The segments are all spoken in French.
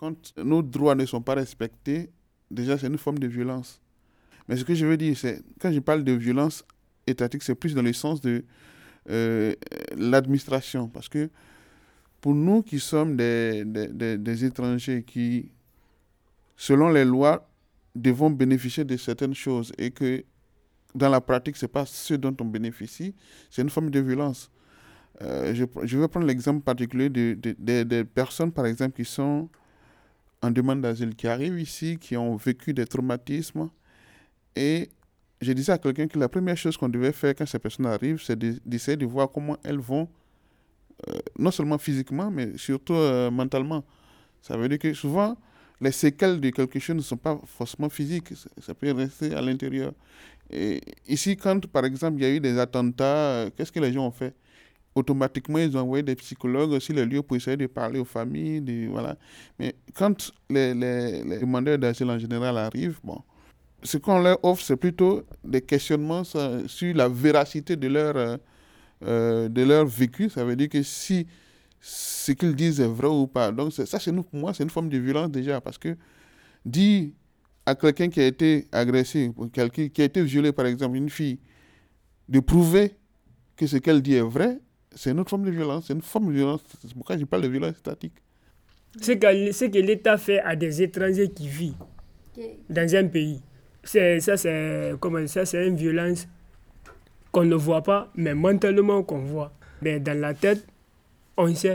quand nos droits ne sont pas respectés, déjà c'est une forme de violence. Mais ce que je veux dire, c'est quand je parle de violence étatique, c'est plus dans le sens de l'administration. Parce que pour nous qui sommes des étrangers qui, selon les lois, devons bénéficier de certaines choses et que dans la pratique, ce n'est pas ce dont on bénéficie, c'est une forme de violence. Je vais prendre l'exemple particulier des personnes, par exemple, qui sont en demande d'asile, qui arrivent ici, qui ont vécu des traumatismes. Et je disais à quelqu'un que la première chose qu'on devait faire quand ces personnes arrivent, c'est d'essayer de voir comment elles vont, non seulement physiquement, mais surtout mentalement. Ça veut dire que souvent, les séquelles de quelque chose ne sont pas forcément physiques, ça peut rester à l'intérieur. Et ici, quand, par exemple, il y a eu des attentats, qu'est-ce que les gens ont fait? Automatiquement, ils ont envoyé des psychologues sur les lieux pour essayer de parler aux familles. Voilà. Mais quand les demandeurs d'asile en général arrivent, bon, ce qu'on leur offre, c'est plutôt des questionnements sur la véracité de leur vécu. Ça veut dire que si ce qu'ils disent est vrai ou pas. Donc ça, pour moi, c'est une forme de violence déjà. Parce que dire à quelqu'un qui a été agressé, quelqu'un qui a été violé, par exemple, une fille, de prouver que ce qu'elle dit est vrai, c'est une autre forme de violence. C'est une forme de violence. C'est pourquoi je parle de violence statique. Ce que l'État fait à des étrangers qui vivent dans un pays, c'est une violence qu'on ne voit pas, mais mentalement qu'on voit. Mais dans la tête, on sait.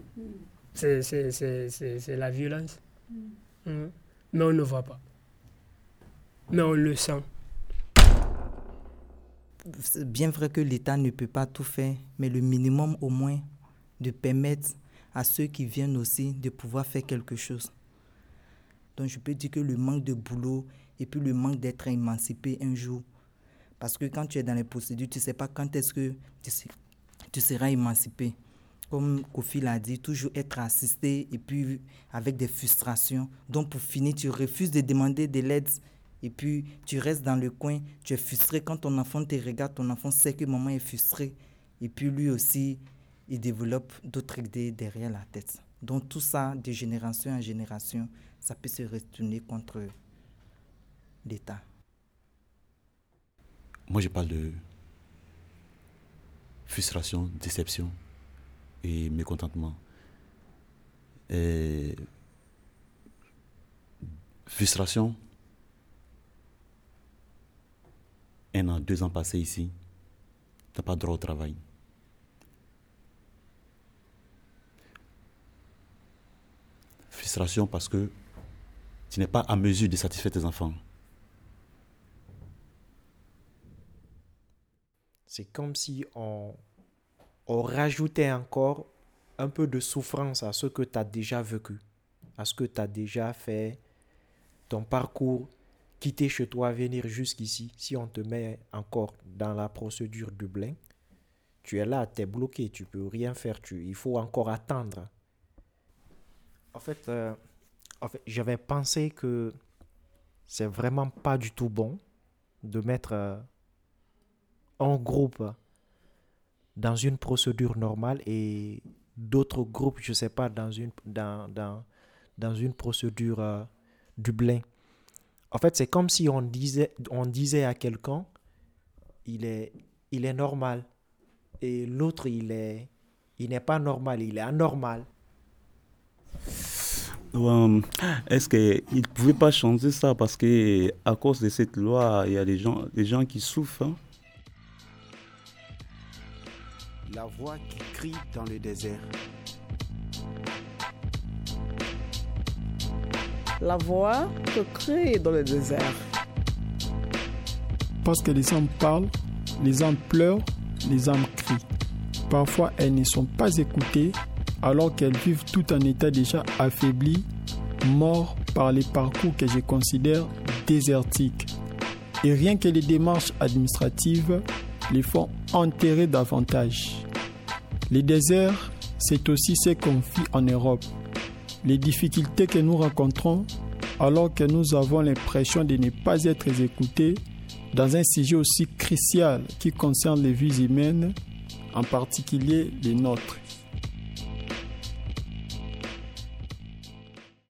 C'est la violence. Mais on ne voit pas. Mais on le sent. C'est bien vrai que l'État ne peut pas tout faire, mais le minimum au moins de permettre à ceux qui viennent aussi de pouvoir faire quelque chose. Donc je peux dire que le manque de boulot et puis le manque d'être émancipé un jour. Parce que quand tu es dans les procédures, tu ne sais pas quand est-ce que tu seras émancipé. Comme Kofi l'a dit, toujours être assisté et puis avec des frustrations. Donc pour finir, tu refuses de demander de l'aide. Et puis, tu restes dans le coin, tu es frustré. Quand ton enfant te regarde, ton enfant sait que maman est frustrée. Et puis, lui aussi, il développe d'autres idées derrière la tête. Donc, tout ça, de génération en génération, ça peut se retourner contre l'État. Moi, je parle de frustration, déception et mécontentement. Frustration. 1 an, 2 ans passés ici, tu n'as pas droit au travail. Frustration parce que tu n'es pas à mesure de satisfaire tes enfants. C'est comme si on rajoutait encore un peu de souffrance à ce que tu as déjà vécu, à ce que tu as déjà fait, ton parcours. Quitter chez toi, venir jusqu'ici, si on te met encore dans la procédure Dublin, tu es là, tu es bloqué, tu ne peux rien faire, il faut encore attendre. En fait, j'avais pensé que c'est vraiment pas du tout bon de mettre un groupe dans une procédure normale et d'autres groupes, je ne sais pas, dans une procédure Dublin. En fait, c'est comme si on disait à quelqu'un, il est normal. Et l'autre, il n'est pas normal, il est anormal. Est-ce qu'il ne pouvait pas changer ça? Parce qu'à cause de cette loi, il y a des gens qui souffrent. Hein? La voix qui crie dans le désert. La voix que crie dans le désert. Parce que les âmes parlent, les âmes pleurent, les âmes crient. Parfois, elles ne sont pas écoutées alors qu'elles vivent tout en état déjà affaibli, mort par les parcours que je considère désertiques. Et rien que les démarches administratives les font enterrer davantage. Les déserts, c'est aussi ce qu'on vit en Europe. Les difficultés que nous rencontrons alors que nous avons l'impression de ne pas être écoutés dans un sujet aussi crucial qui concerne les vies humaines, en particulier les nôtres.